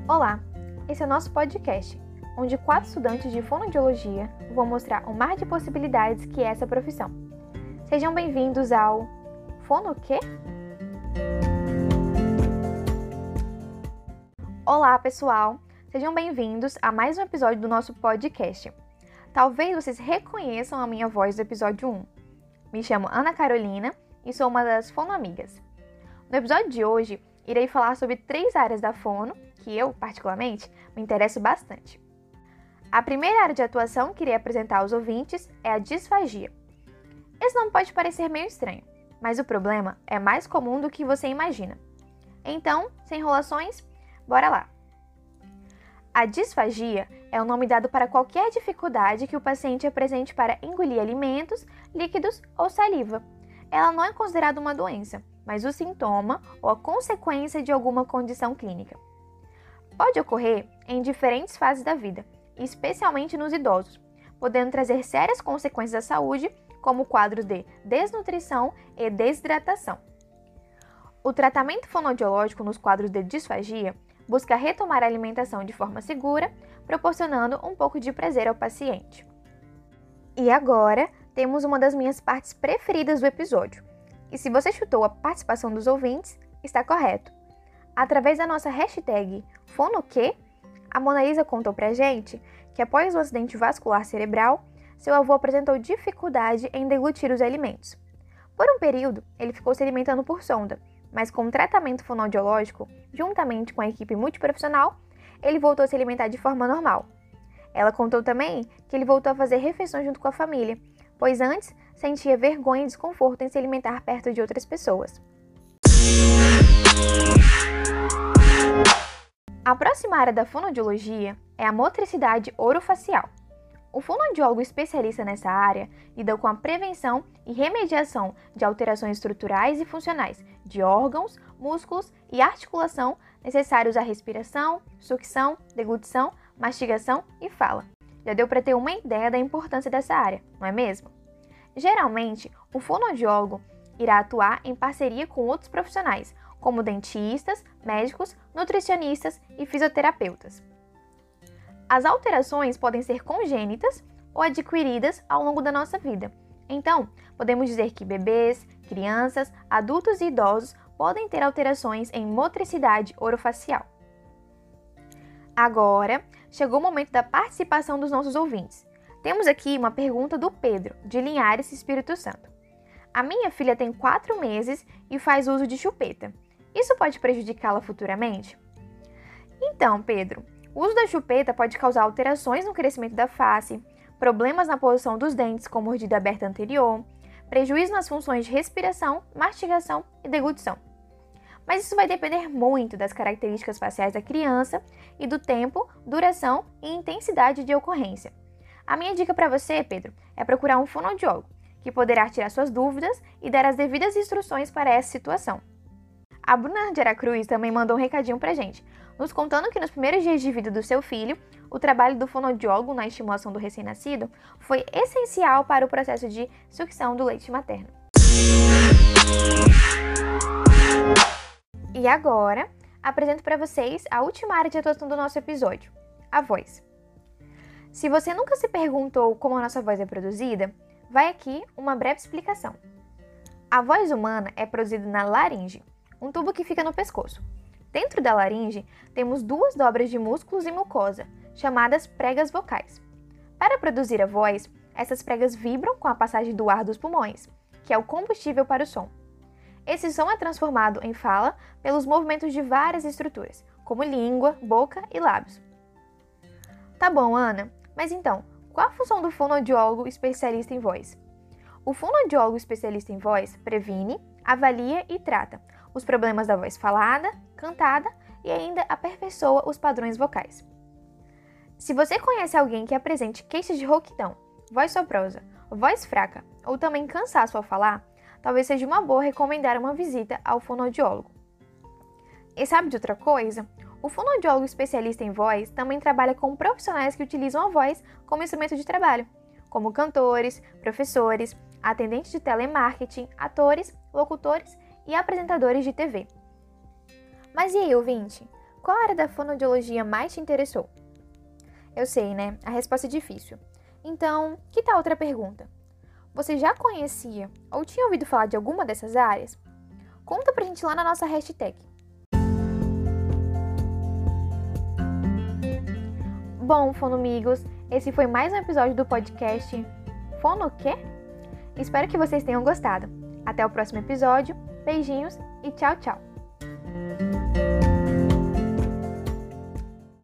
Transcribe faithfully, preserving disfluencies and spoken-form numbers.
Olá, esse é o nosso podcast, onde quatro estudantes de fonoaudiologia vão mostrar o mar de possibilidades que é essa profissão. Sejam bem-vindos ao Fono o quê? Olá, pessoal! Sejam bem-vindos a mais um episódio do nosso podcast. Talvez vocês reconheçam a minha voz do episódio um. Me chamo Ana Carolina e sou uma das fonoamigas. No episódio de hoje, irei falar sobre três áreas da fono que eu, particularmente, me interesso bastante. A primeira área de atuação que irei apresentar aos ouvintes é a disfagia. Esse nome pode parecer meio estranho, mas o problema é mais comum do que você imagina. Então, sem enrolações, bora lá! A disfagia é o nome dado para qualquer dificuldade que o paciente apresente para engolir alimentos, líquidos ou saliva. Ela não é considerada uma doença, mas o sintoma ou a consequência de alguma condição clínica. Pode ocorrer em diferentes fases da vida, especialmente nos idosos, podendo trazer sérias consequências à saúde, como quadros de desnutrição e desidratação. O tratamento fonoaudiológico nos quadros de disfagia busca retomar a alimentação de forma segura, proporcionando um pouco de prazer ao paciente. E agora, temos uma das minhas partes preferidas do episódio. E se você chutou a participação dos ouvintes, está correto. Através da nossa hashtag FonoQuê, a Mona Lisa contou pra gente que após o acidente vascular cerebral, seu avô apresentou dificuldade em deglutir os alimentos. Por um período, ele ficou se alimentando por sonda, mas com o tratamento fonoaudiológico, juntamente com a equipe multiprofissional, ele voltou a se alimentar de forma normal. Ela contou também que ele voltou a fazer refeições junto com a família, pois antes sentia vergonha e desconforto em se alimentar perto de outras pessoas. A próxima área da fonoaudiologia é a motricidade orofacial. O fonoaudiólogo especialista nessa área lida com a prevenção e remediação de alterações estruturais e funcionais de órgãos, músculos e articulação necessários à respiração, sucção, deglutição, mastigação e fala. Já deu para ter uma ideia da importância dessa área, não é mesmo? Geralmente, o fonoaudiólogo irá atuar em parceria com outros profissionais, como dentistas, médicos, nutricionistas e fisioterapeutas. As alterações podem ser congênitas ou adquiridas ao longo da nossa vida. Então, podemos dizer que bebês, crianças, adultos e idosos podem ter alterações em motricidade orofacial. Agora, chegou o momento da participação dos nossos ouvintes. Temos aqui uma pergunta do Pedro, de Linhares, Espírito Santo. A minha filha tem quatro meses e faz uso de chupeta. Isso pode prejudicá-la futuramente? Então, Pedro, o uso da chupeta pode causar alterações no crescimento da face, problemas na posição dos dentes com mordida aberta anterior, prejuízo nas funções de respiração, mastigação e deglutição. Mas isso vai depender muito das características faciais da criança e do tempo, duração e intensidade de ocorrência. A minha dica para você, Pedro, é procurar um fonoaudiólogo, que poderá tirar suas dúvidas e dar as devidas instruções para essa situação. A Bruna de Aracruz também mandou um recadinho pra gente, nos contando que nos primeiros dias de vida do seu filho, o trabalho do fonoaudiólogo na estimulação do recém-nascido foi essencial para o processo de sucção do leite materno. E agora, apresento para vocês a última área de atuação do nosso episódio, a voz. Se você nunca se perguntou como a nossa voz é produzida, vai aqui uma breve explicação. A voz humana é produzida na laringe, um tubo que fica no pescoço. Dentro da laringe, temos duas dobras de músculos e mucosa, chamadas pregas vocais. Para produzir a voz, essas pregas vibram com a passagem do ar dos pulmões, que é o combustível para o som. Esse som é transformado em fala pelos movimentos de várias estruturas, como língua, boca e lábios. Tá bom, Ana, mas então, qual a função do fonoaudiólogo especialista em voz? O fonoaudiólogo especialista em voz previne, avalia e trata os problemas da voz falada, cantada e ainda aperfeiçoa os padrões vocais. Se você conhece alguém que apresente queixas de rouquidão, voz soprosa, voz fraca ou também cansaço ao falar, talvez seja uma boa recomendar uma visita ao fonoaudiólogo. E sabe de outra coisa? O fonoaudiólogo especialista em voz também trabalha com profissionais que utilizam a voz como instrumento de trabalho, como cantores, professores, atendentes de telemarketing, atores, locutores e apresentadores de T V. Mas e aí, ouvinte? Qual área da fonoaudiologia mais te interessou? Eu sei, né? A resposta é difícil. Então, que tal outra pergunta? Você já conhecia ou tinha ouvido falar de alguma dessas áreas? Conta pra gente lá na nossa hashtag. Bom, fonomigos, esse foi mais um episódio do podcast Fono o quê? Espero que vocês tenham gostado. Até o próximo episódio, beijinhos e tchau, tchau!